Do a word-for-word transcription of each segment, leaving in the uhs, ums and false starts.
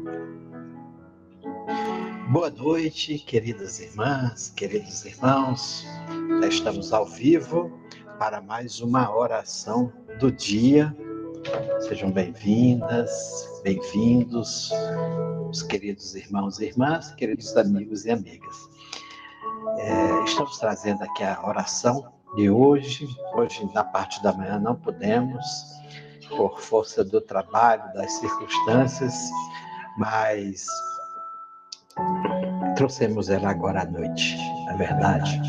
Boa noite, queridas irmãs, queridos irmãos. Já estamos ao vivo para mais uma oração do dia. Sejam bem-vindas, bem-vindos, os queridos irmãos e irmãs, queridos amigos e amigas. É, estamos trazendo aqui a oração de hoje. Hoje, na parte da manhã, não pudemos, por força do trabalho, das circunstâncias, mas trouxemos ela agora à noite, na verdade.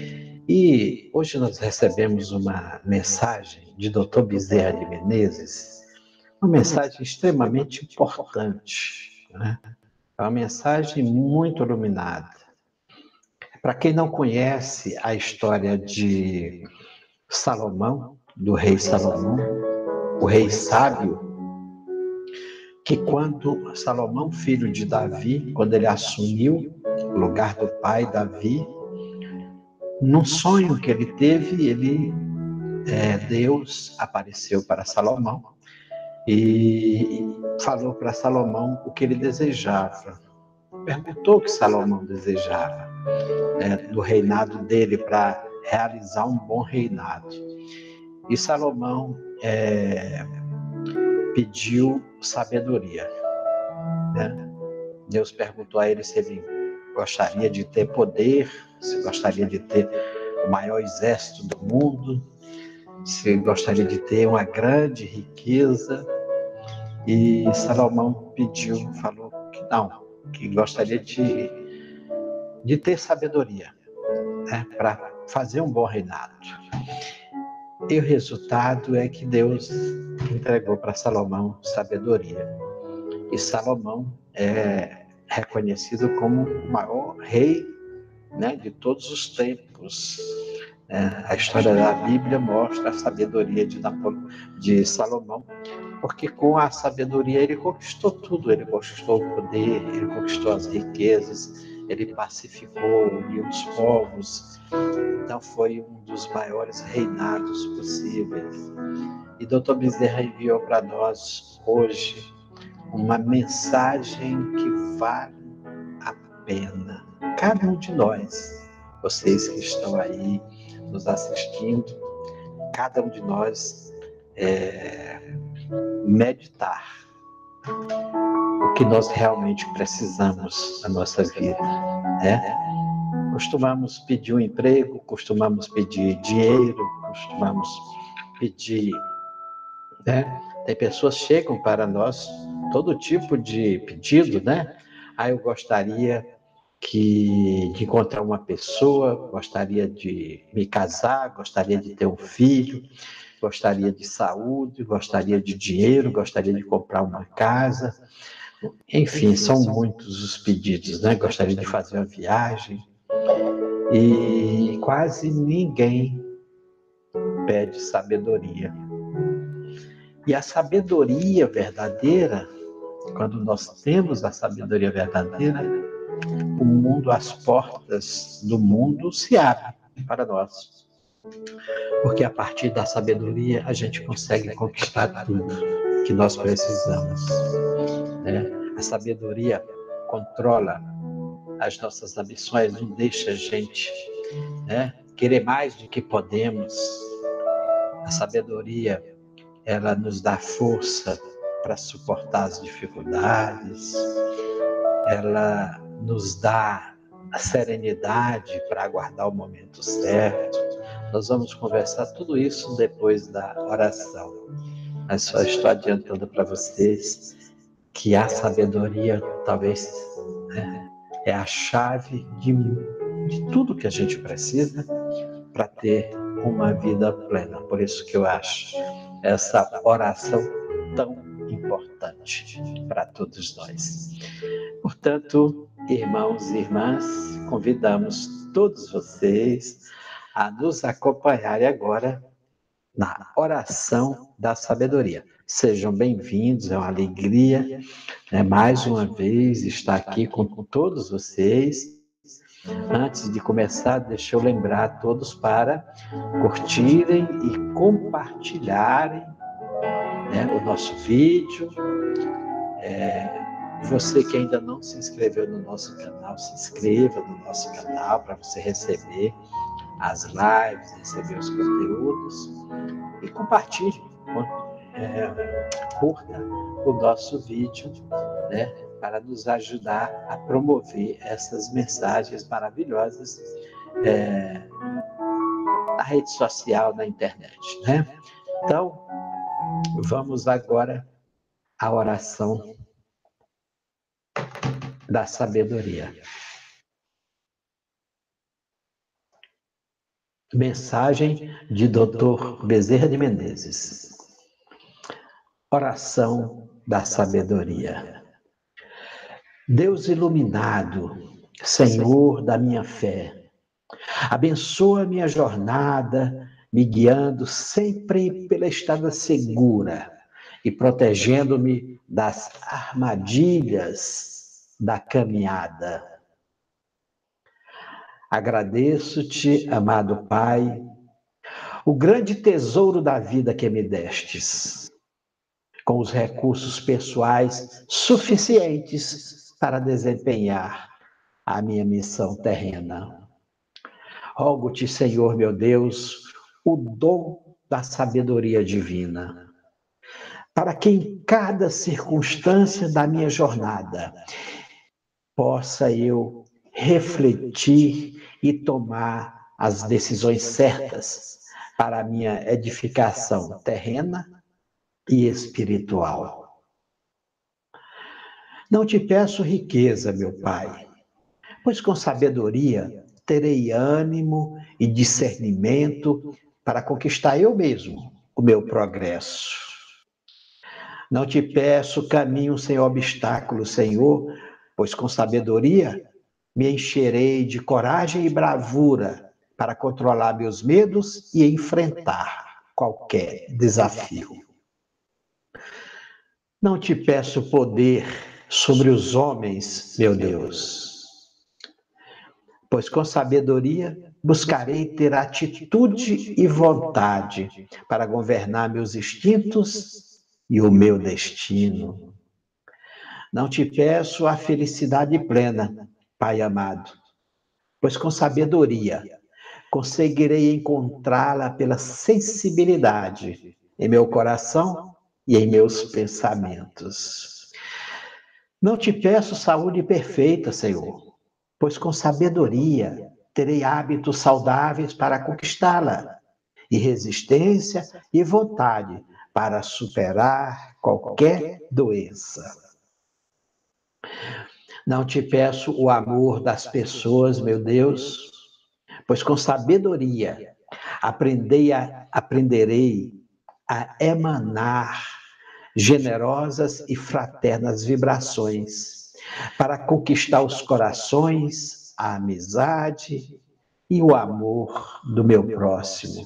E hoje nós recebemos uma mensagem de doutor Bezerra de Menezes, uma mensagem extremamente importante, né? É uma mensagem muito iluminada. Para quem não conhece a história de Salomão, do rei Salomão, o rei sábio, que quando Salomão, filho de Davi, quando ele assumiu o lugar do pai Davi, num sonho que ele teve, ele, é, Deus apareceu para Salomão e falou para Salomão o que ele desejava. Perguntou o que Salomão desejava, é, do reinado dele, para realizar um bom reinado. E Salomão é, pediu sabedoria, né? Deus perguntou a ele se ele gostaria de ter poder, se gostaria de ter o maior exército do mundo, se gostaria de ter uma grande riqueza. E Salomão pediu, falou que não, que gostaria de, de ter sabedoria, né, para fazer um bom reinado. E o resultado é que Deus entregou para Salomão sabedoria. E Salomão é reconhecido como o maior rei, né, de todos os tempos. É, a história da Bíblia mostra a sabedoria de, Napole... de Salomão, porque com a sabedoria ele conquistou tudo, ele conquistou o poder, ele conquistou as riquezas, ele pacificou, uniu os povos. Então foi um dos maiores reinados possíveis. E doutor Bezerra enviou para nós hoje uma mensagem que vale a pena. Cada um de nós, vocês que estão aí nos assistindo, cada um de nós é, meditar o que nós realmente precisamos na nossa vida, né? Costumamos pedir um emprego, costumamos pedir dinheiro, costumamos pedir, né? Tem pessoas que chegam para nós todo tipo de pedido, né? Ah, eu gostaria que, de encontrar uma pessoa, gostaria de me casar, gostaria de ter um filho, gostaria de saúde, gostaria de dinheiro, gostaria de comprar uma casa. Enfim, são muitos os pedidos, né? Gostaria de fazer uma viagem. E quase ninguém pede sabedoria. E a sabedoria verdadeira, quando nós temos a sabedoria verdadeira, o mundo, as portas do mundo se abrem para nós. Porque a partir da sabedoria a gente consegue conquistar tudo que nós precisamos, né? A sabedoria controla as nossas ambições, não deixa a gente, né, querer mais do que podemos. A sabedoria, ela nos dá força para suportar as dificuldades, ela nos dá a serenidade para aguardar o momento certo. Nós vamos conversar tudo isso depois da oração. Mas só estou adiantando para vocês que a sabedoria talvez, né, é a chave de, de tudo que a gente precisa para ter uma vida plena. Por isso que eu acho essa oração tão importante para todos nós. Portanto, irmãos e irmãs, convidamos todos vocês a nos acompanharem agora na oração da sabedoria. Sejam bem-vindos, é uma alegria, né, mais uma vez estar aqui com todos vocês. Antes de começar, deixa eu lembrar a todos para curtirem e compartilharem, né, o nosso vídeo, é, Você que ainda não se inscreveu no nosso canal, se inscreva no nosso canal para você receber as lives, receber os conteúdos e compartilhe, é, curta o nosso vídeo, né, para nos ajudar a promover essas mensagens maravilhosas é, na rede social, na internet, né? Então, vamos agora à oração da sabedoria. Mensagem de doutor Bezerra de Menezes. Oração da sabedoria. Deus iluminado, Senhor da minha fé, abençoa minha jornada, me guiando sempre pela estrada segura e protegendo-me das armadilhas da caminhada. Agradeço-te, amado Pai, o grande tesouro da vida que me destes, com os recursos pessoais suficientes para desempenhar a minha missão terrena. Rogo-te, Senhor meu Deus, o dom da sabedoria divina, para que em cada circunstância da minha jornada possa eu refletir e tomar as decisões certas para a minha edificação terrena e espiritual. Não te peço riqueza, meu Pai, pois com sabedoria terei ânimo e discernimento para conquistar eu mesmo o meu progresso. Não te peço caminho sem obstáculos, Senhor, pois com sabedoria me encherei de coragem e bravura para controlar meus medos e enfrentar qualquer desafio. Não te peço poder sobre os homens, meu Deus, pois com sabedoria buscarei ter atitude e vontade para governar meus instintos e o meu destino. Não te peço a felicidade plena, Pai amado, pois com sabedoria conseguirei encontrá-la pela sensibilidade em meu coração e em meus pensamentos. Não te peço saúde perfeita, Senhor, pois com sabedoria terei hábitos saudáveis para conquistá-la, e resistência e vontade para superar qualquer doença. Não te peço o amor das pessoas, meu Deus, pois com sabedoria aprendei a, aprenderei a emanar generosas e fraternas vibrações para conquistar os corações, a amizade e o amor do meu próximo.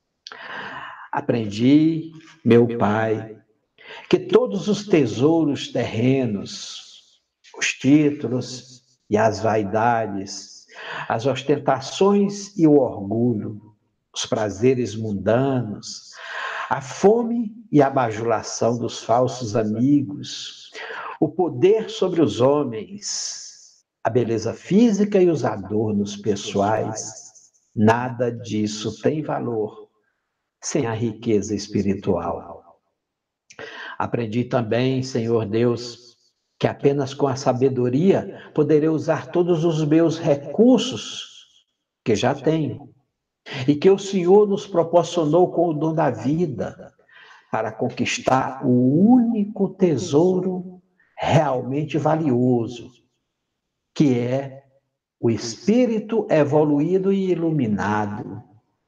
Aprendi, meu Pai, que todos os tesouros terrenos, os títulos e as vaidades, as ostentações e o orgulho, os prazeres mundanos, a fome e a bajulação dos falsos amigos, o poder sobre os homens, a beleza física e os adornos pessoais, nada disso tem valor sem a riqueza espiritual. Aprendi também, Senhor Deus, que apenas com a sabedoria poderei usar todos os meus recursos que já tenho e que o Senhor nos proporcionou com o dom da vida para conquistar o único tesouro realmente valioso, que é o espírito evoluído e iluminado.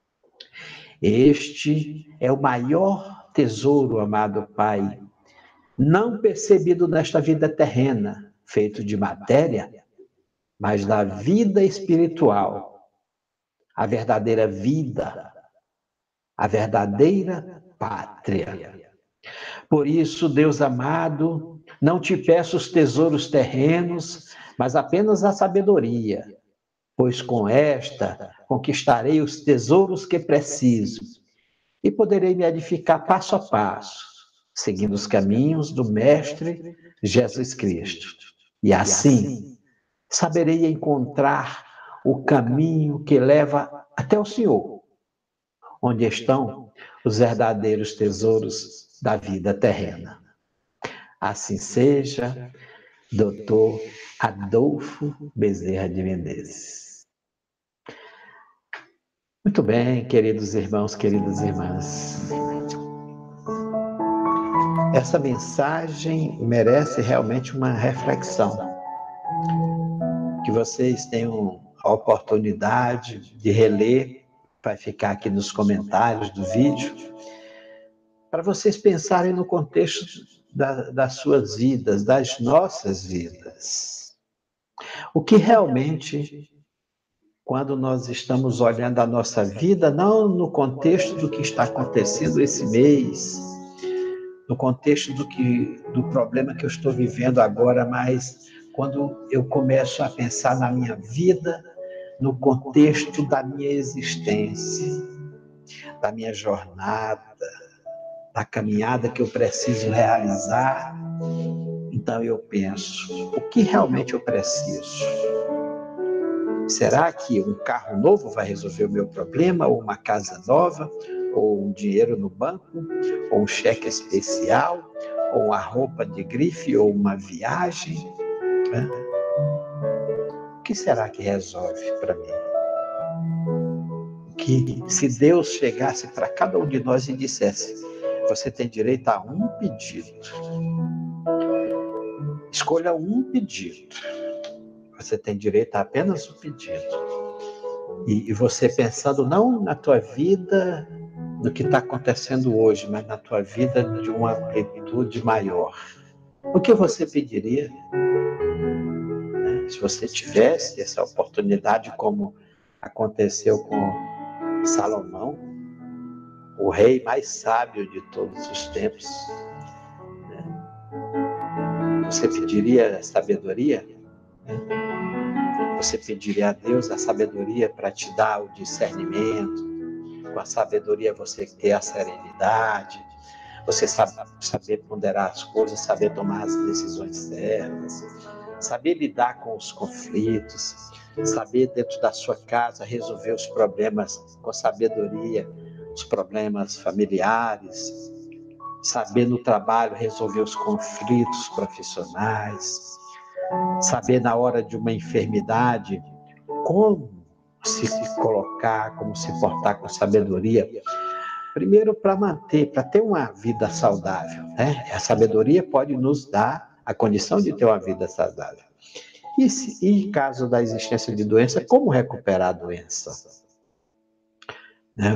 Este é o maior tesouro, amado Pai, não percebido nesta vida terrena, feito de matéria, mas da vida espiritual, a verdadeira vida, a verdadeira pátria. Por isso, Deus amado, não te peço os tesouros terrenos, mas apenas a sabedoria, pois com esta conquistarei os tesouros que preciso e poderei me edificar passo a passo, seguindo os caminhos do Mestre Jesus Cristo. E assim, saberei encontrar o caminho que leva até o Senhor, onde estão os verdadeiros tesouros da vida terrena. Assim seja, doutor Adolfo Bezerra de Menezes. Muito bem, queridos irmãos, queridas irmãs. Essa mensagem merece realmente uma reflexão. Que vocês tenham a oportunidade de reler, vai ficar aqui nos comentários do vídeo, para vocês pensarem no contexto da, das suas vidas, das nossas vidas. O que realmente, quando nós estamos olhando a nossa vida, não no contexto do que está acontecendo esse mês, no contexto do, que, do problema que eu estou vivendo agora, mas quando eu começo a pensar na minha vida, no contexto da minha existência, da minha jornada, da caminhada que eu preciso realizar, então eu penso, o que realmente eu preciso? Será que um carro novo vai resolver o meu problema, ou uma casa nova, ou um dinheiro no banco, ou um cheque especial, ou uma roupa de grife, ou uma viagem? Né? O que será que resolve para mim? Que se Deus chegasse para cada um de nós e dissesse, você tem direito a um pedido. Escolha um pedido. Você tem direito a apenas um pedido. E, e você pensando não na tua vida, no que está acontecendo hoje, mas na tua vida de uma amplitude maior. O que você pediria? Se você tivesse essa oportunidade, como aconteceu com Salomão, o rei mais sábio de todos os tempos, você pediria sabedoria? Você pediria a Deus a sabedoria para te dar o discernimento, com a sabedoria você ter a serenidade, você sabe, saber ponderar as coisas, saber tomar as decisões certas, saber lidar com os conflitos, saber dentro da sua casa resolver os problemas com sabedoria, os problemas familiares, saber no trabalho resolver os conflitos profissionais, saber na hora de uma enfermidade como se colocar, como se portar com sabedoria. Primeiro, para manter, para ter uma vida saudável, né? A sabedoria pode nos dar a condição de ter uma vida saudável. E, se, e em caso da existência de doença, como recuperar a doença? Né?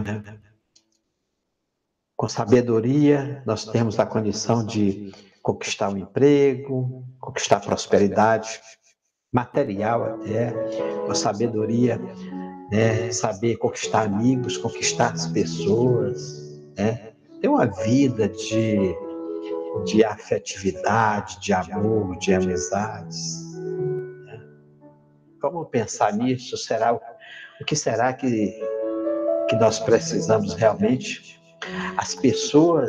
Com sabedoria, nós temos a condição de conquistar um emprego, conquistar prosperidade material até, com sabedoria, né? Saber conquistar amigos, conquistar as pessoas, né? Ter uma vida de, de afetividade, de amor, de amizades. Né? Vamos pensar nisso? Será, o que será que, que nós precisamos realmente? As pessoas,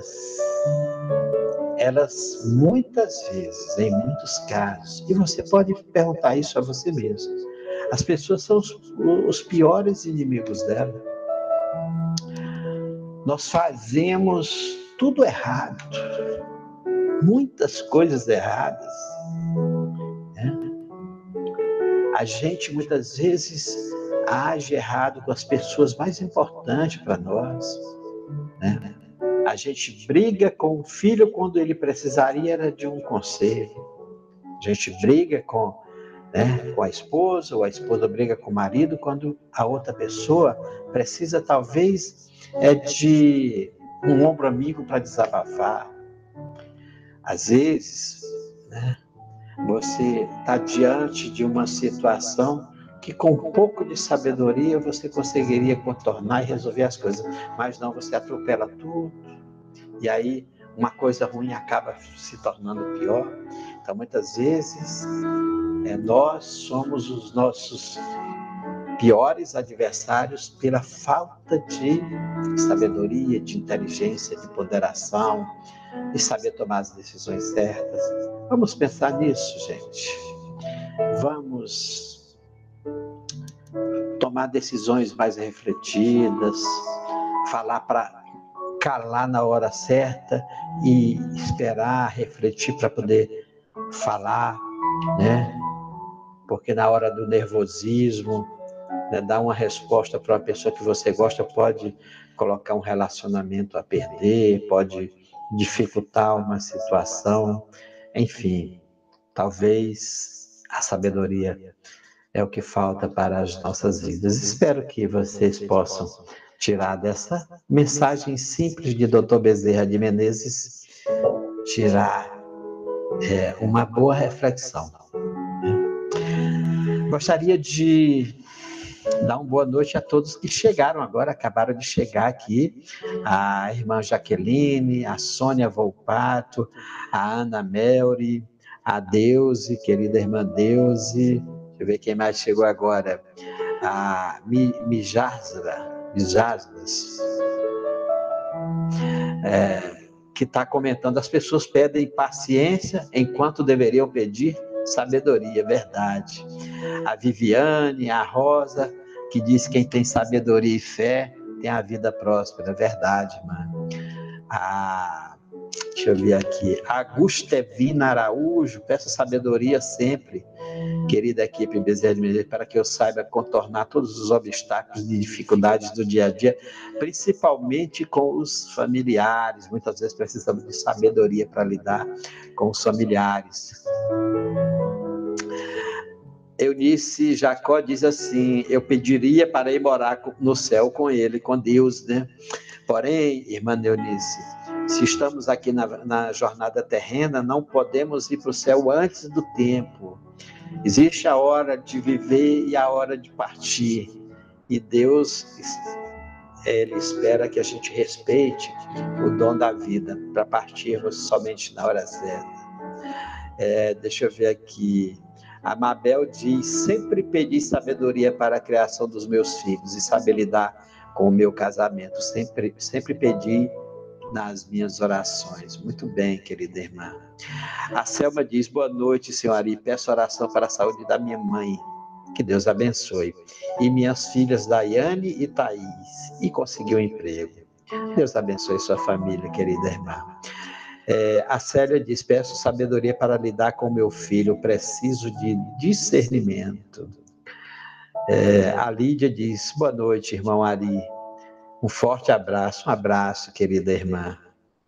elas muitas vezes, em muitos casos, e você pode perguntar isso a você mesmo, as pessoas são os, os piores inimigos dela. Nós fazemos tudo errado, muitas coisas erradas. Né? A gente muitas vezes age errado com as pessoas mais importantes para nós. Né? A gente briga com o filho quando ele precisaria era de um conselho. A gente briga com, né, com a esposa, ou a esposa briga com o marido quando a outra pessoa precisa talvez é de um ombro amigo para desabafar. Às vezes, né, você está diante de uma situação que com um pouco de sabedoria você conseguiria contornar e resolver as coisas, mas não, você atropela tudo, e aí uma coisa ruim acaba se tornando pior. Então, muitas vezes, é, nós somos os nossos piores adversários pela falta de sabedoria, de inteligência, de ponderação, de saber tomar as decisões certas. Vamos pensar nisso, gente. Vamos tomar decisões mais refletidas, falar para calar na hora certa e esperar, refletir para poder falar, né? Porque na hora do nervosismo, né, dar uma resposta para uma pessoa que você gosta pode colocar um relacionamento a perder, pode dificultar uma situação, enfim, talvez a sabedoria é o que falta para as nossas vidas. Espero que vocês possam tirar dessa mensagem simples de doutor Bezerra de Menezes, tirar é, uma boa reflexão. Gostaria de dar uma boa noite a todos que chegaram agora, acabaram de chegar aqui, a irmã Jaqueline, a Sônia Volpato, a Ana Melri, a Deuse, querida irmã Deuse, deixa eu ver quem mais chegou agora, a Mijasra, Mijasras, é, que está comentando, as pessoas pedem paciência enquanto deveriam pedir sabedoria, verdade. A Viviane, a Rosa, que diz que quem tem sabedoria e fé tem a vida próspera, verdade, mano. A, deixa eu ver aqui, a Gustevina Araújo, peço sabedoria sempre, querida equipe Bezerra de Menezes, para que eu saiba contornar todos os obstáculos e dificuldades do dia a dia, principalmente com os familiares. Muitas vezes precisamos de sabedoria para lidar com os familiares. Eunice Jacó diz assim, eu pediria para ir morar no céu com ele, com Deus, né? Porém, irmã Eunice, se estamos aqui na, na jornada terrena, não podemos ir para o céu antes do tempo. Existe a hora de viver e a hora de partir. E Deus, Ele espera que a gente respeite o dom da vida, para partirmos somente na hora certa. É, deixa eu ver aqui. A Mabel diz, sempre pedi sabedoria para a criação dos meus filhos e saber lidar com o meu casamento. Sempre, sempre pedi nas minhas orações. Muito bem, querida irmã. A Selma diz, boa noite, senhor Ari. Peço oração para a saúde da minha mãe. Que Deus abençoe. E minhas filhas Daiane e Thaís. E conseguiu um emprego. Deus abençoe sua família, querida irmã. É, a Célia diz, peço sabedoria para lidar com meu filho, preciso de discernimento. É, a Lídia diz, boa noite, irmão Ari, um forte abraço, um abraço, querida irmã.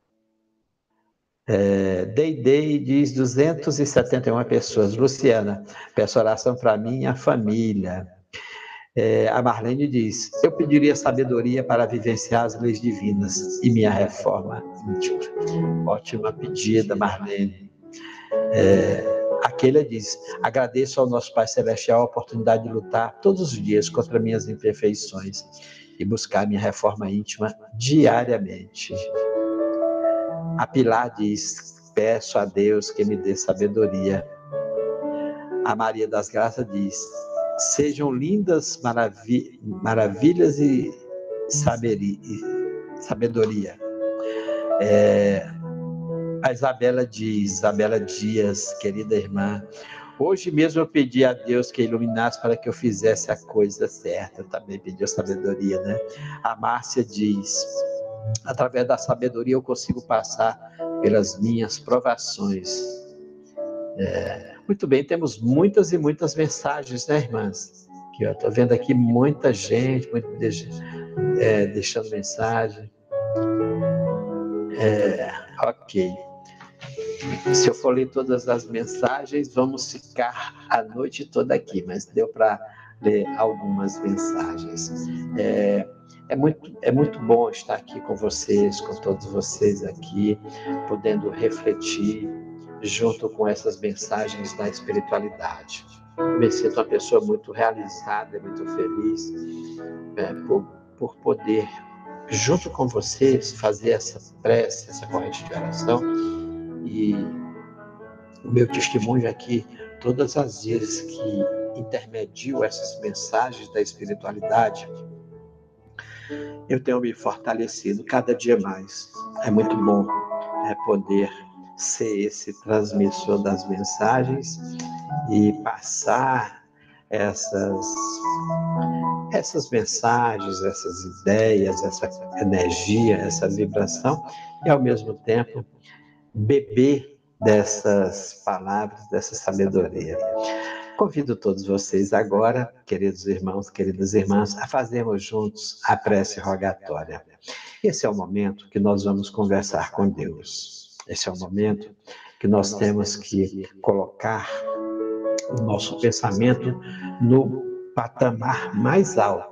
É, Deidei diz, duzentas e setenta e uma pessoas, Luciana, peço oração para mim e a família. É, a Marlene diz, eu pediria sabedoria para vivenciar as leis divinas e minha reforma íntima. Ótima pedida, Marlene. É, a Keila diz, agradeço ao nosso Pai Celestial a oportunidade de lutar todos os dias contra minhas imperfeições e buscar minha reforma íntima diariamente. A Pilar diz, peço a Deus que me dê sabedoria. A Maria das Graças diz, sejam lindas maravi- maravilhas e, saberi- e sabedoria. É, a Isabela diz, Isabela Dias, querida irmã, hoje mesmo eu pedi a Deus que iluminasse para que eu fizesse a coisa certa. Eu também pedi a sabedoria, né? A Márcia diz, através da sabedoria eu consigo passar pelas minhas provações. É, muito bem, temos muitas e muitas mensagens, né, irmãs? Que eu estou vendo aqui muita gente, muita gente é, deixando mensagem. É, ok. Se eu for ler todas as mensagens, vamos ficar a noite toda aqui, mas deu para ler algumas mensagens. É, é, muito, é muito bom estar aqui com vocês, com todos vocês aqui, podendo refletir junto com essas mensagens da espiritualidade. Eu me sinto uma pessoa muito realizada, muito feliz é, por, por poder, junto com vocês, fazer essa prece, essa corrente de oração. E o meu testemunho aqui, todas as vezes que intermedio essas mensagens da espiritualidade, eu tenho me fortalecido cada dia mais. É muito bom é, poder ser esse transmissor das mensagens e passar essas, essas mensagens, essas ideias, essa energia, essa vibração, e ao mesmo tempo beber dessas palavras, dessa sabedoria. Convido todos vocês agora, queridos irmãos, queridas irmãs, a fazermos juntos a prece rogatória. Esse é o momento que nós vamos conversar com Deus. Esse é o momento que nós temos que colocar o nosso pensamento no patamar mais alto.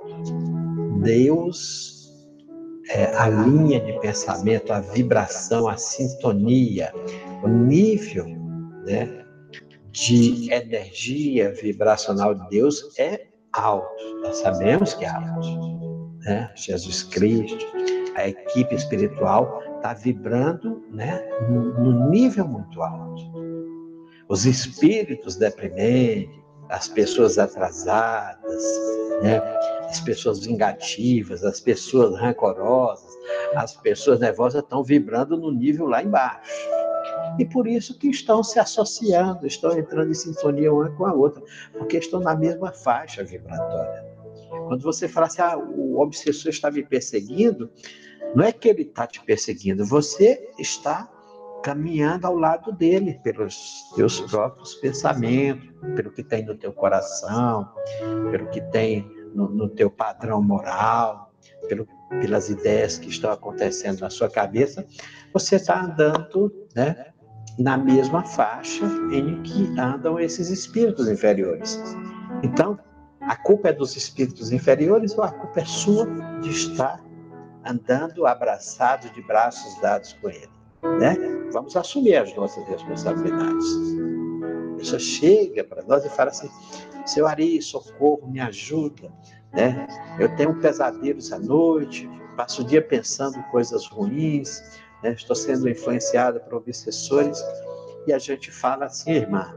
Deus é a linha de pensamento, a vibração, a sintonia, o nível, né, de energia vibracional de Deus é alto. Nós sabemos que é alto, né? Jesus Cristo, a equipe espiritual está vibrando, né, num nível muito alto. Os espíritos deprimentes, as pessoas atrasadas, né, as pessoas vingativas, as pessoas rancorosas, as pessoas nervosas estão vibrando no nível lá embaixo. E por isso que estão se associando, estão entrando em sintonia uma com a outra, porque estão na mesma faixa vibratória. Quando você fala assim, ah, o obsessor está me perseguindo, não é que ele está te perseguindo, você está caminhando ao lado dele, pelos teus próprios pensamentos, pelo que tem no teu coração, pelo que tem no, no teu padrão moral, pelo, pelas ideias que estão acontecendo na sua cabeça, você está andando, né, na mesma faixa em que andam esses espíritos inferiores. Então, a culpa é dos espíritos inferiores ou a culpa é sua de estar andando abraçado, de braços dados com ele, né? Vamos assumir as nossas responsabilidades. A pessoa chega para nós e fala assim, seu Ari, socorro, me ajuda, né? Eu tenho pesadelos à noite, passo o dia pensando coisas ruins, né? Estou sendo influenciada por obsessores, e a gente fala assim, irmã,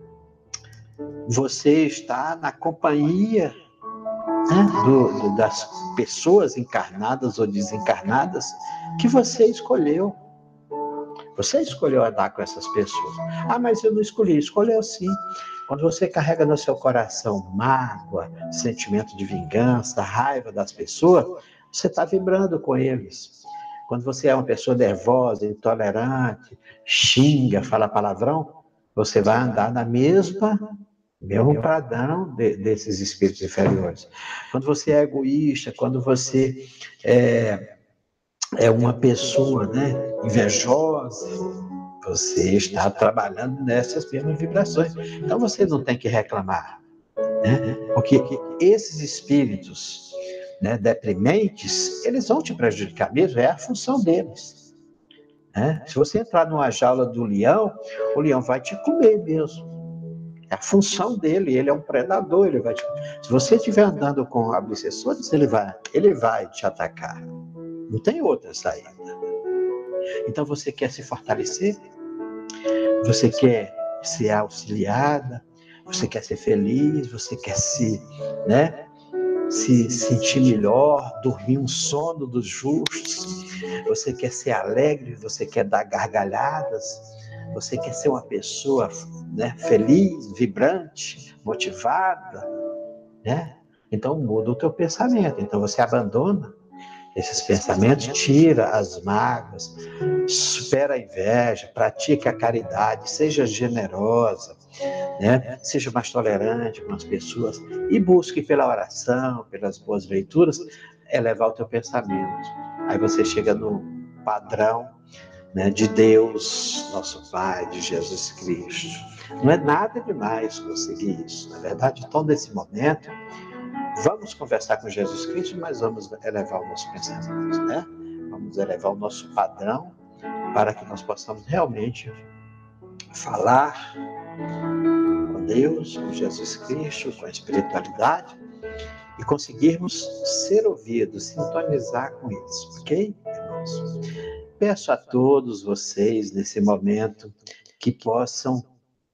você está na companhia, né, do, do, das pessoas encarnadas ou desencarnadas que você escolheu. Você escolheu andar com essas pessoas. Ah, mas eu não escolhi. Escolheu sim. Quando você carrega no seu coração mágoa, sentimento de vingança, raiva das pessoas, você está vibrando com eles. Quando você é uma pessoa nervosa, intolerante, xinga, fala palavrão, você vai andar na mesma, mesmo padrão de, desses espíritos inferiores. Quando você é egoísta, quando você é, é uma pessoa, né, invejosa, você está trabalhando nessas mesmas vibrações. Então você não tem que reclamar, né? Porque esses espíritos, né, deprimentes, eles vão te prejudicar mesmo, é a função deles, né? Se você entrar numa jaula do leão, o leão vai te comer mesmo. É a função dele, ele é um predador, ele vai te... Se você estiver andando com obsessores, ele vai, ele vai te atacar. Não tem outra saída. Então você quer se fortalecer? Você quer ser auxiliada? Você quer ser feliz? Você quer se, né, se sentir melhor, dormir um sono dos justos? Você quer ser alegre? Você quer dar gargalhadas? Você quer ser uma pessoa, né, feliz, vibrante, motivada, né? Então muda o teu pensamento. Então você abandona esses pensamentos, tira as mágoas, supera a inveja, pratique a caridade, seja generosa, né? Seja mais tolerante com as pessoas e busque pela oração, pelas boas leituras, elevar o teu pensamento. Aí você chega no padrão, né, de Deus, nosso Pai, de Jesus Cristo. Não é nada demais conseguir isso, na verdade. Então, nesse momento, vamos conversar com Jesus Cristo, mas vamos elevar o nosso pensamento, né? Vamos elevar o nosso padrão para que nós possamos realmente falar com Deus, com Jesus Cristo, com a espiritualidade e conseguirmos ser ouvidos, sintonizar com isso, ok, irmãos? Peço a todos vocês, nesse momento, que possam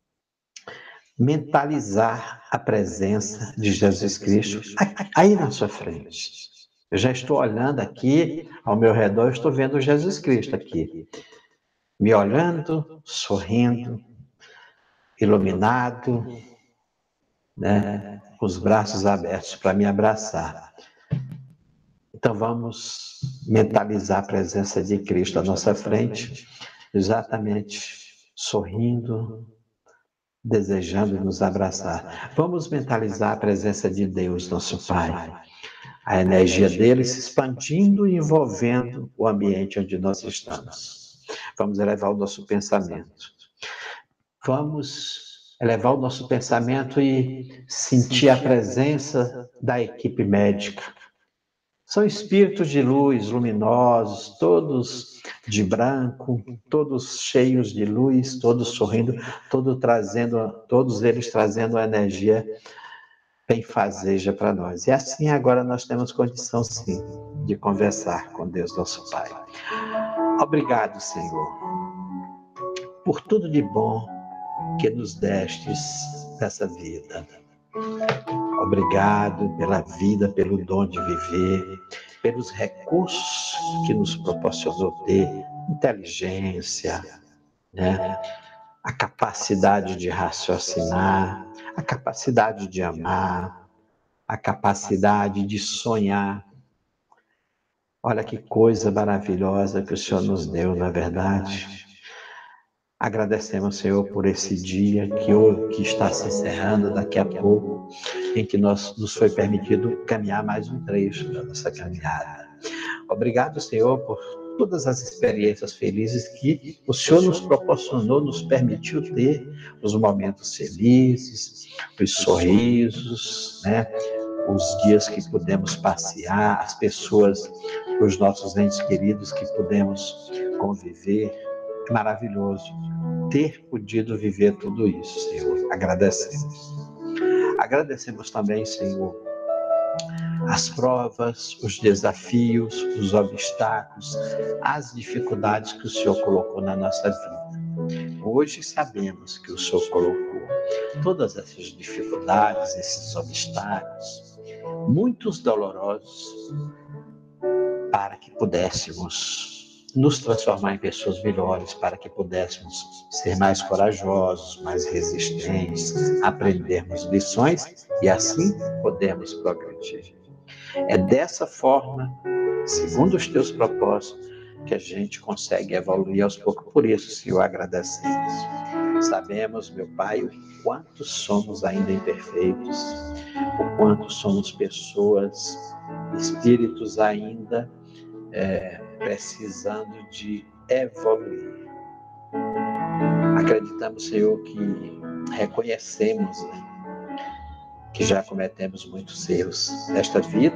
mentalizar a presença de Jesus Cristo aí na sua frente. Eu já estou olhando aqui, ao meu redor, estou vendo Jesus Cristo aqui. me olhando, sorrindo, iluminado, né, com os braços abertos para me abraçar. Então vamos mentalizar a presença de Cristo à nossa frente, exatamente sorrindo, desejando nos abraçar. Vamos mentalizar a presença de Deus, nosso Pai, a energia dele se expandindo e envolvendo o ambiente onde nós estamos. Vamos elevar o nosso pensamento. Vamos elevar o nosso pensamento e sentir a presença da equipe médica. São espíritos de luz, luminosos, todos de branco, todos cheios de luz, todos sorrindo, todos, trazendo, todos eles trazendo a energia benfazeja para nós. E assim agora nós temos condição, sim, de conversar com Deus, nosso Pai. Obrigado, Senhor, por tudo de bom que nos destes nessa vida. Obrigado pela vida, pelo dom de viver, pelos recursos que nos proporcionou ter, inteligência, né? A capacidade de raciocinar, a capacidade de amar, a capacidade de sonhar. Olha que coisa maravilhosa que o Senhor nos deu, na verdade. Agradecemos, Senhor, por esse dia que, que está se encerrando daqui a pouco, em que nós, nos foi permitido caminhar mais um trecho da nossa caminhada. Obrigado, Senhor, por todas as experiências felizes que o Senhor nos proporcionou, nos permitiu ter, os momentos felizes, os sorrisos, né? Os dias que pudemos passear, as pessoas, os nossos entes queridos que pudemos conviver. É maravilhoso ter podido viver tudo isso, Senhor. Agradecemos. Agradecemos também, Senhor, as provas, os desafios, os obstáculos, as dificuldades que o Senhor colocou na nossa vida. Hoje sabemos que o Senhor colocou todas essas dificuldades, esses obstáculos, muitos dolorosos, para que pudéssemos nos transformar em pessoas melhores, para que pudéssemos ser mais corajosos, mais resistentes, aprendermos lições e assim podermos progredir. É dessa forma, segundo os teus propósitos, que a gente consegue evoluir aos poucos. Por isso, Senhor, agradecemos. Sabemos, meu Pai, o quanto somos ainda imperfeitos, o quanto somos pessoas, espíritos ainda é, precisando de evoluir. Acreditamos, Senhor, que reconhecemos que já cometemos muitos erros nesta vida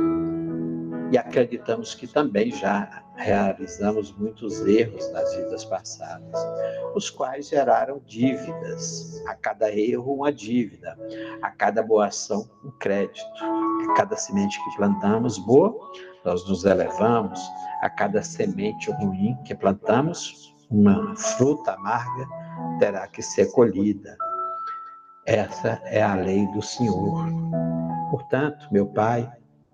e acreditamos que também já realizamos muitos erros nas vidas passadas, os quais geraram dívidas. A cada erro, uma dívida. A cada boa ação, um crédito. A cada semente que plantamos boa, nós nos elevamos. A cada semente ruim que plantamos, uma fruta amarga terá que ser colhida. Essa é a lei do Senhor. Portanto, meu Pai,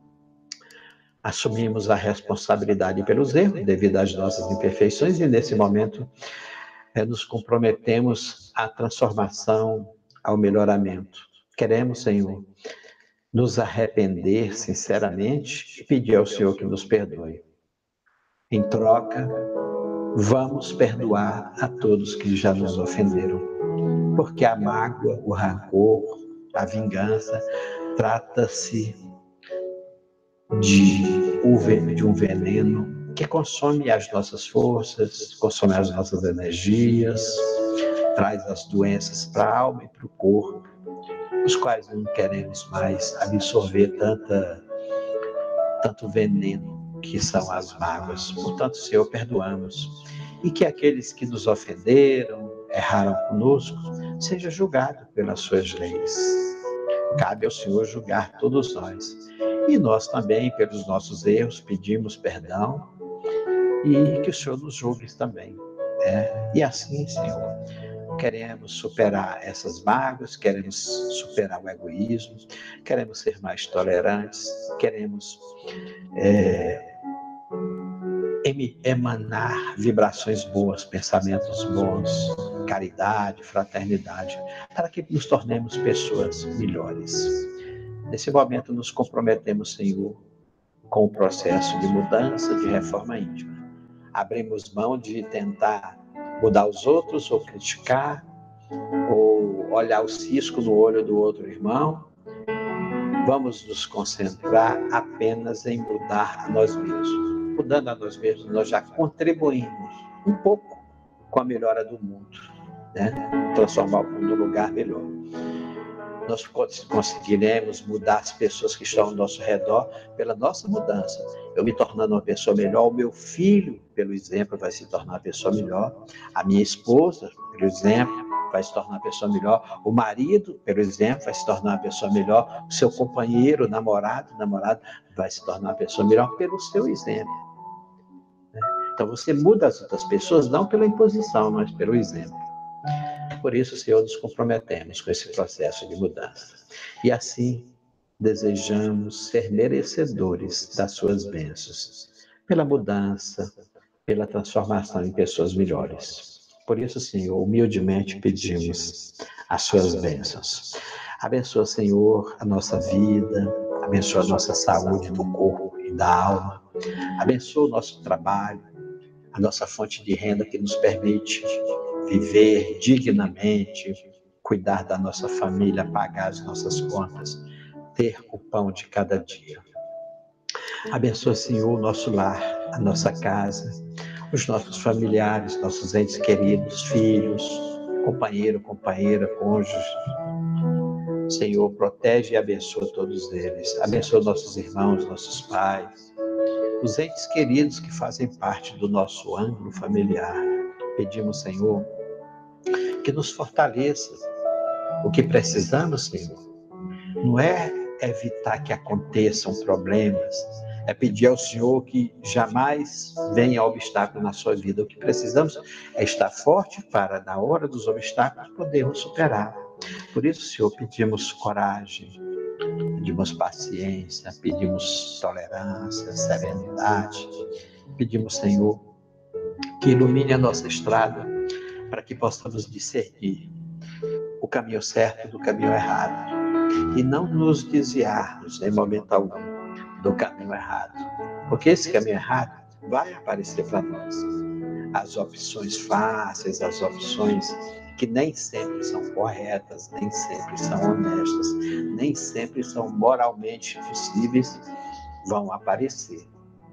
assumimos a responsabilidade pelos erros devido às nossas imperfeições e, nesse momento, é, nos comprometemos à transformação, ao melhoramento. Queremos, Senhor, nos arrepender sinceramente e pedir ao Senhor que nos perdoe. Em troca, vamos perdoar a todos que já nos ofenderam, porque a mágoa, o rancor, a vingança, trata-se de, de um veneno que consome as nossas forças, consome as nossas energias, traz as doenças para a alma e para o corpo, os quais não queremos mais absorver tanta, tanto veneno que são as mágoas. Portanto, Senhor, perdoamos. E que aqueles que nos ofenderam, erraram conosco, sejam julgados pelas suas leis. Cabe ao Senhor julgar todos nós. E nós também, pelos nossos erros, pedimos perdão e que o Senhor nos julgue também. Né? E assim, Senhor, queremos superar essas mágoas, queremos superar o egoísmo, queremos ser mais tolerantes, queremos é, emanar vibrações boas, pensamentos bons, caridade, fraternidade, para que nos tornemos pessoas melhores. Nesse momento nos comprometemos, Senhor, com o processo de mudança, de reforma íntima. Abrimos mão de tentar mudar os outros, ou criticar, ou olhar o cisco no olho do outro irmão. Vamos nos concentrar apenas em mudar a nós mesmos. Mudando a nós mesmos, nós já contribuímos um pouco com a melhora do mundo, né? Transformar o mundo num lugar melhor. Nós conseguiremos mudar as pessoas que estão ao nosso redor pela nossa mudança. Eu me tornando uma pessoa melhor, o meu filho, pelo exemplo, vai se tornar uma pessoa melhor. A minha esposa, pelo exemplo, vai se tornar uma pessoa melhor. O marido, pelo exemplo, vai se tornar uma pessoa melhor. O seu companheiro, namorado, namorado, vai se tornar uma pessoa melhor pelo seu exemplo. Então você muda as outras pessoas não pela imposição, mas pelo exemplo. Por isso, Senhor, nos comprometemos com esse processo de mudança. E assim, desejamos ser merecedores das suas bênçãos, pela mudança, pela transformação em pessoas melhores. Por isso, Senhor, humildemente pedimos as suas bênçãos. Abençoa, Senhor, a nossa vida, abençoa a nossa saúde do corpo e da alma, abençoa o nosso trabalho, a nossa fonte de renda que nos permite viver dignamente, cuidar da nossa família, pagar as nossas contas, ter o pão de cada dia. Abençoa, Senhor, o nosso lar, a nossa casa, os nossos familiares, nossos entes queridos, filhos, companheiro, companheira, cônjuge. Senhor, protege e abençoa todos eles. Abençoa nossos irmãos, nossos pais, os entes queridos que fazem parte do nosso ângulo familiar. Pedimos, Senhor, que nos fortaleça. O que precisamos, Senhor, não é evitar que aconteçam problemas, é pedir ao Senhor que jamais venha obstáculo na sua vida. O que precisamos é estar forte para, na hora dos obstáculos, podermos superar. Por isso, Senhor, pedimos coragem, pedimos paciência, pedimos tolerância, serenidade. Pedimos, Senhor, que ilumine a nossa estrada para que possamos discernir o caminho certo do caminho errado e não nos desviarmos em momento algum do caminho errado, porque esse caminho errado vai aparecer para nós. As opções fáceis, as opções que nem sempre são corretas, nem sempre são honestas, nem sempre são moralmente possíveis, vão aparecer.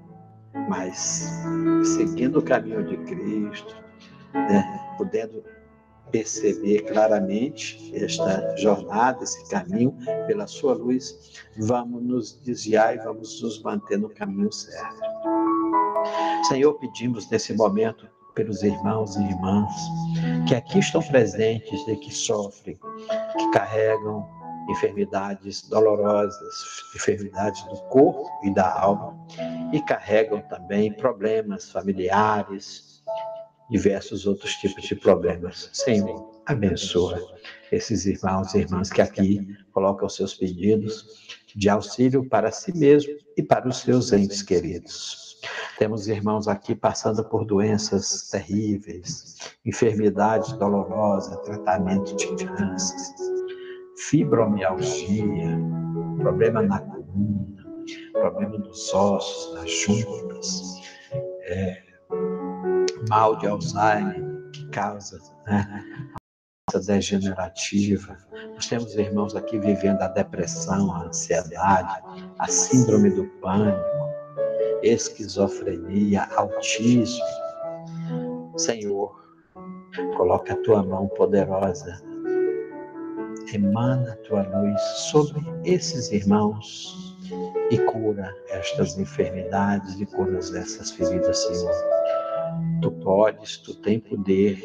Mas seguindo o caminho de Cristo, né, podendo perceber claramente esta jornada, esse caminho, pela sua luz, vamos nos desviar e vamos nos manter no caminho certo. Senhor, pedimos nesse momento pelos irmãos e irmãs que aqui estão presentes e que sofrem, que carregam enfermidades dolorosas, enfermidades do corpo e da alma, e carregam também problemas familiares, diversos outros tipos de problemas. Senhor, abençoa esses irmãos e irmãs que aqui colocam seus pedidos de auxílio para si mesmo e para os seus entes queridos. Temos irmãos aqui passando por doenças terríveis, enfermidades dolorosas, tratamento de câncer, fibromialgia, problema na coluna, problema nos ossos, nas juntas, é, mal de Alzheimer, que causa, né, a degenerativa. Nós temos irmãos aqui vivendo a depressão, a ansiedade, a síndrome do pânico, esquizofrenia, autismo. Senhor, coloca a tua mão poderosa, emana a tua luz sobre esses irmãos e cura estas enfermidades e cura essas feridas, Senhor. Tu podes, tu tem poder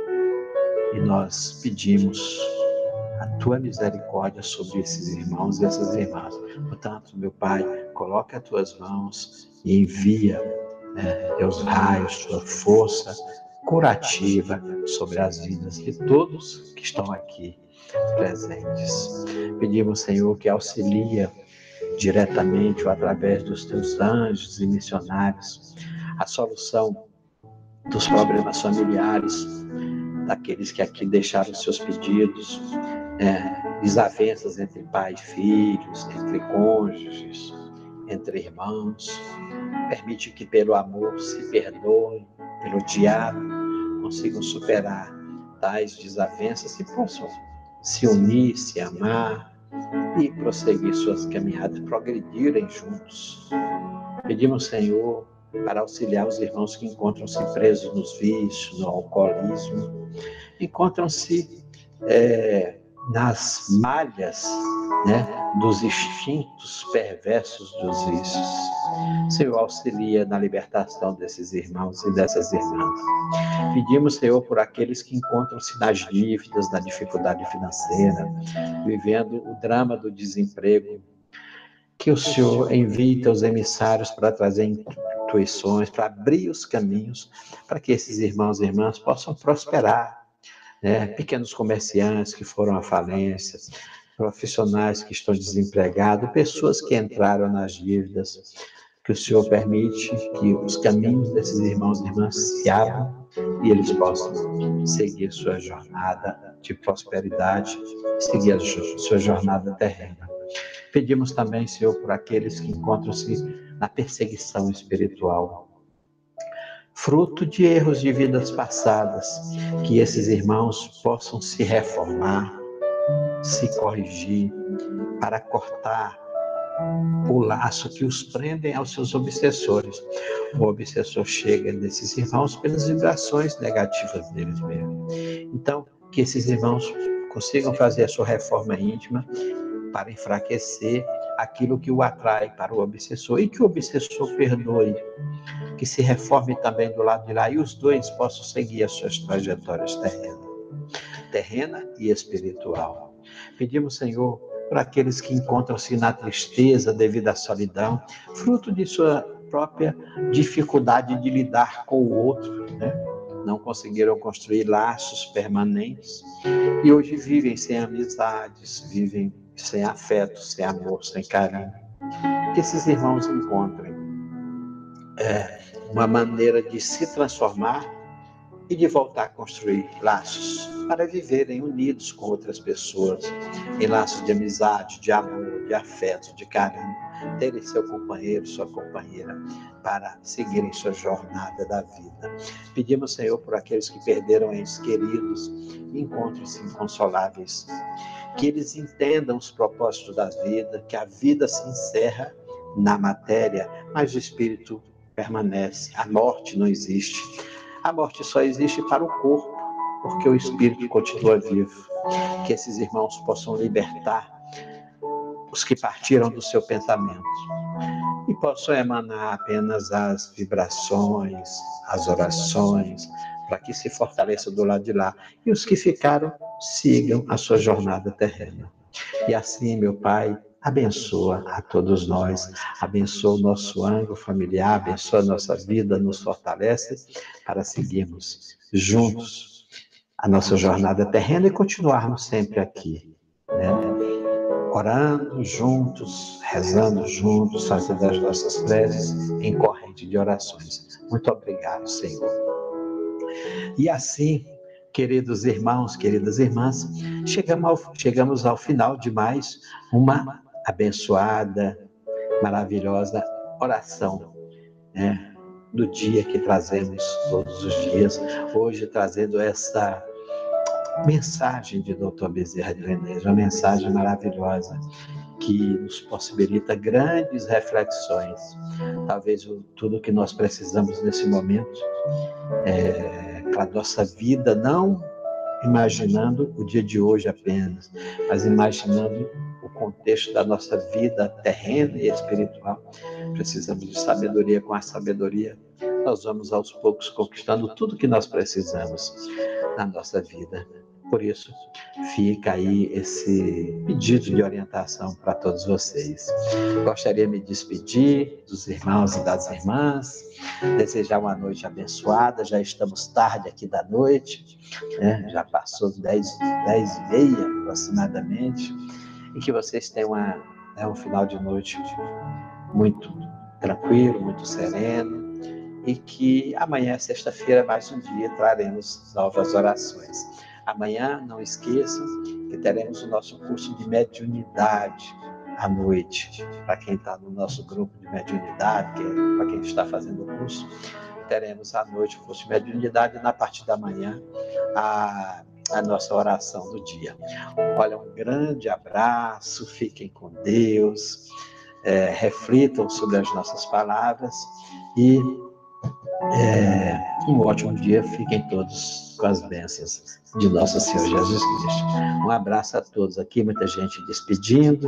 e nós pedimos a tua misericórdia sobre esses irmãos e essas irmãs. Portanto, meu Pai, coloca as tuas mãos e envia, né, teus raios, tua força curativa sobre as vidas de todos que estão aqui presentes. Pedimos, Senhor, que auxilia diretamente ou através dos teus anjos e missionários a solução dos problemas familiares, daqueles que aqui deixaram seus pedidos, é, desavenças entre pai e filhos, entre cônjuges, entre irmãos. Permite que pelo amor se perdoem, pelo diálogo consigam superar tais desavenças e possam se unir, se amar e prosseguir suas caminhadas, progredirem juntos. Pedimos, Senhor, para auxiliar os irmãos que encontram-se presos nos vícios, no alcoolismo, encontram-se é, nas malhas, né, dos instintos perversos dos vícios. Senhor, auxilia na libertação desses irmãos e dessas irmãs. Pedimos, Senhor, por aqueles que encontram-se nas dívidas, na dificuldade financeira, vivendo o drama do desemprego, que o Senhor envie teus emissários para trazer intuições, para abrir os caminhos, para que esses irmãos e irmãs possam prosperar, né? Pequenos comerciantes que foram à falência, profissionais que estão desempregados, pessoas que entraram nas dívidas, que o Senhor permite que os caminhos desses irmãos e irmãs se abram e eles possam seguir sua jornada de prosperidade, seguir a sua jornada terrena. Pedimos também, Senhor, por aqueles que encontram-se na perseguição espiritual, fruto de erros de vidas passadas, que esses irmãos possam se reformar, se corrigir, para cortar o laço que os prendem aos seus obsessores. O obsessor chega nesses irmãos pelas vibrações negativas deles mesmos. Então, que esses irmãos consigam fazer a sua reforma íntima para enfraquecer aquilo que o atrai para o obsessor e que o obsessor perdoe, que se reforme também do lado de lá e os dois possam seguir as suas trajetórias terrena, terrena e espiritual. Pedimos, Senhor, para aqueles que encontram-se na tristeza devido à solidão, fruto de sua própria dificuldade de lidar com o outro, né? Não conseguiram construir laços permanentes e hoje vivem sem amizades, vivem sem afeto, sem amor, sem carinho. Que esses irmãos encontrem é, uma maneira de se transformar e de voltar a construir laços para viverem unidos com outras pessoas, em laços de amizade, de amor, de afeto, de carinho, terem seu companheiro, sua companheira, para seguirem sua jornada da vida. Pedimos, Senhor, por aqueles que perderam entes queridos e encontram-se inconsoláveis, que eles entendam os propósitos da vida, que a vida se encerra na matéria, mas o espírito permanece, a morte não existe. A morte só existe para o corpo, porque o espírito continua vivo. Que esses irmãos possam libertar os que partiram do seu pensamento e possam emanar apenas as vibrações, as orações, para que se fortaleça do lado de lá. E os que ficaram, sigam a sua jornada terrena. E assim, meu Pai, abençoa a todos nós, abençoa o nosso ângulo familiar, abençoa a nossa vida, nos fortalece para seguirmos juntos a nossa jornada terrena e continuarmos sempre aqui, né? Orando juntos, rezando juntos, fazendo as nossas preces em corrente de orações. Muito obrigado, Senhor. E assim, queridos irmãos, queridas irmãs, chegamos ao, chegamos ao final de mais uma abençoada, maravilhosa oração, né, do dia que trazemos todos os dias, hoje trazendo essa mensagem de doutor Bezerra de Menezes, uma mensagem maravilhosa que nos possibilita grandes reflexões. Talvez o, tudo que nós precisamos nesse momento é, para a nossa vida, não imaginando o dia de hoje apenas, mas imaginando o contexto da nossa vida terrena e espiritual. Precisamos de sabedoria. Com a sabedoria, nós vamos aos poucos conquistando tudo que nós precisamos na nossa vida. Por isso, fica aí esse pedido de orientação para todos vocês. Gostaria de me despedir dos irmãos e das irmãs, desejar uma noite abençoada. Já estamos tarde aqui da noite, né? Já passou dez, dez e meia aproximadamente, e que vocês tenham uma, né, um final de noite muito tranquilo, muito sereno, e que amanhã, sexta-feira, mais um dia, traremos novas orações. Amanhã, não esqueçam que teremos o nosso curso de mediunidade à noite. Para quem está no nosso grupo de mediunidade, que é para quem está fazendo o curso, teremos à noite o curso de mediunidade e na parte da manhã a, a nossa oração do dia. Olha, um grande abraço, fiquem com Deus, é, reflitam sobre as nossas palavras e é, um ótimo dia, fiquem todos com as bênçãos de nosso Senhor Jesus Cristo. Um abraço a todos aqui, muita gente despedindo,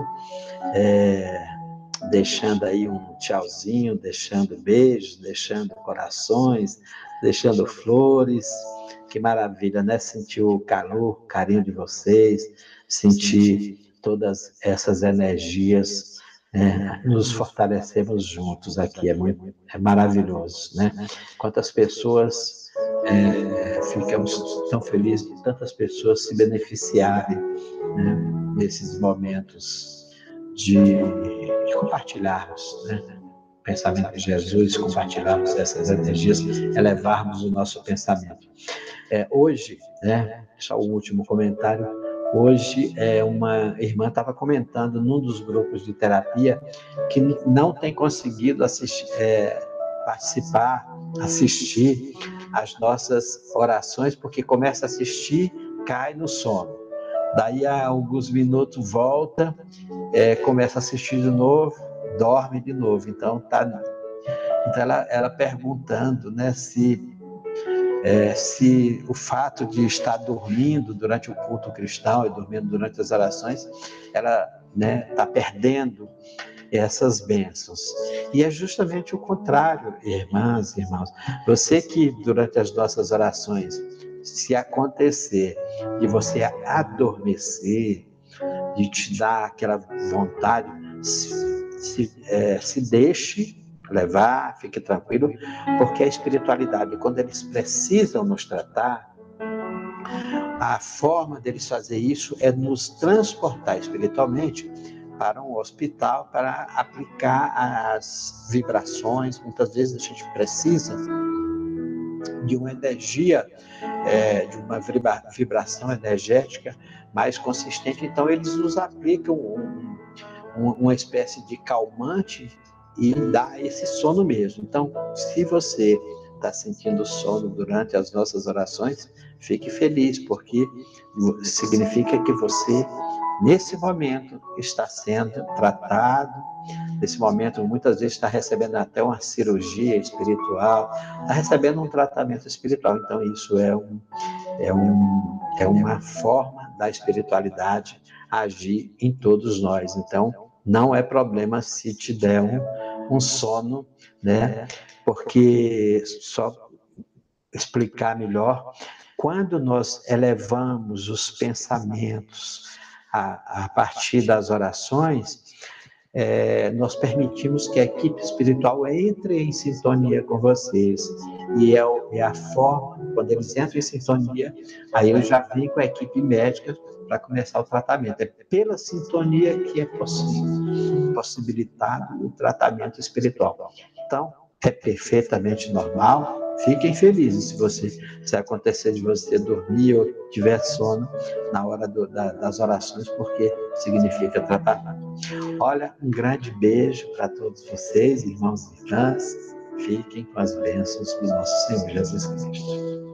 é, deixando aí um tchauzinho, deixando beijos, deixando corações, deixando flores. Que maravilha, né? Sentir o calor, o carinho de vocês, sentir todas essas energias, é, nos fortalecemos juntos aqui, é, muito, é maravilhoso, né? Quantas pessoas é, ficamos tão felizes de tantas pessoas se beneficiarem, né, nesses momentos de, de compartilharmos, né, o pensamento de Jesus, compartilharmos essas energias, elevarmos o nosso pensamento. É, hoje, né, só o último comentário, hoje é, uma irmã estava comentando num dos grupos de terapia que não tem conseguido assistir, é, participar, assistir às nossas orações, porque começa a assistir, cai no sono. Daí a alguns minutos volta, é, começa a assistir de novo, dorme de novo. Então, tá, então ela, ela perguntando, né, se, é, se o fato de estar dormindo durante o culto cristão e dormindo durante as orações, ela está, né, perdendo essas bênçãos. E é justamente o contrário, irmãs e irmãos. Você que durante as nossas orações, se acontecer de você adormecer, de te dar aquela vontade, se, se, é, se deixe levar, fique tranquilo, porque a espiritualidade, quando eles precisam nos tratar, a forma deles fazer isso é nos transportar espiritualmente para um hospital para aplicar as vibrações. Muitas vezes a gente precisa de uma energia, é, de uma vibra, vibração energética mais consistente, então eles nos aplicam um, um, uma espécie de calmante e dá esse sono mesmo. Então, se você está sentindo sono durante as nossas orações, fique feliz, porque significa que você, nesse momento, está sendo tratado. Nesse momento, muitas vezes está recebendo até uma cirurgia espiritual, está recebendo um tratamento espiritual. Então, isso é, um, é, um, é uma forma da espiritualidade agir em todos nós. Então, não é problema se te der um, um sono, né? Porque, só explicar melhor, quando nós elevamos os pensamentos a, a partir das orações, é, nós permitimos que a equipe espiritual entre em sintonia com vocês. E é, é a forma, quando eles entram em sintonia, aí eu já vim com a equipe médica para começar o tratamento. É pela sintonia que é possível, possibilitado o tratamento espiritual. Então, é perfeitamente normal. Fiquem felizes se você, se acontecer de você dormir ou tiver sono na hora do, da, das orações, porque significa tratamento. Olha, um grande beijo para todos vocês, irmãos e irmãs. Fiquem com as bênçãos do nosso Senhor Jesus Cristo.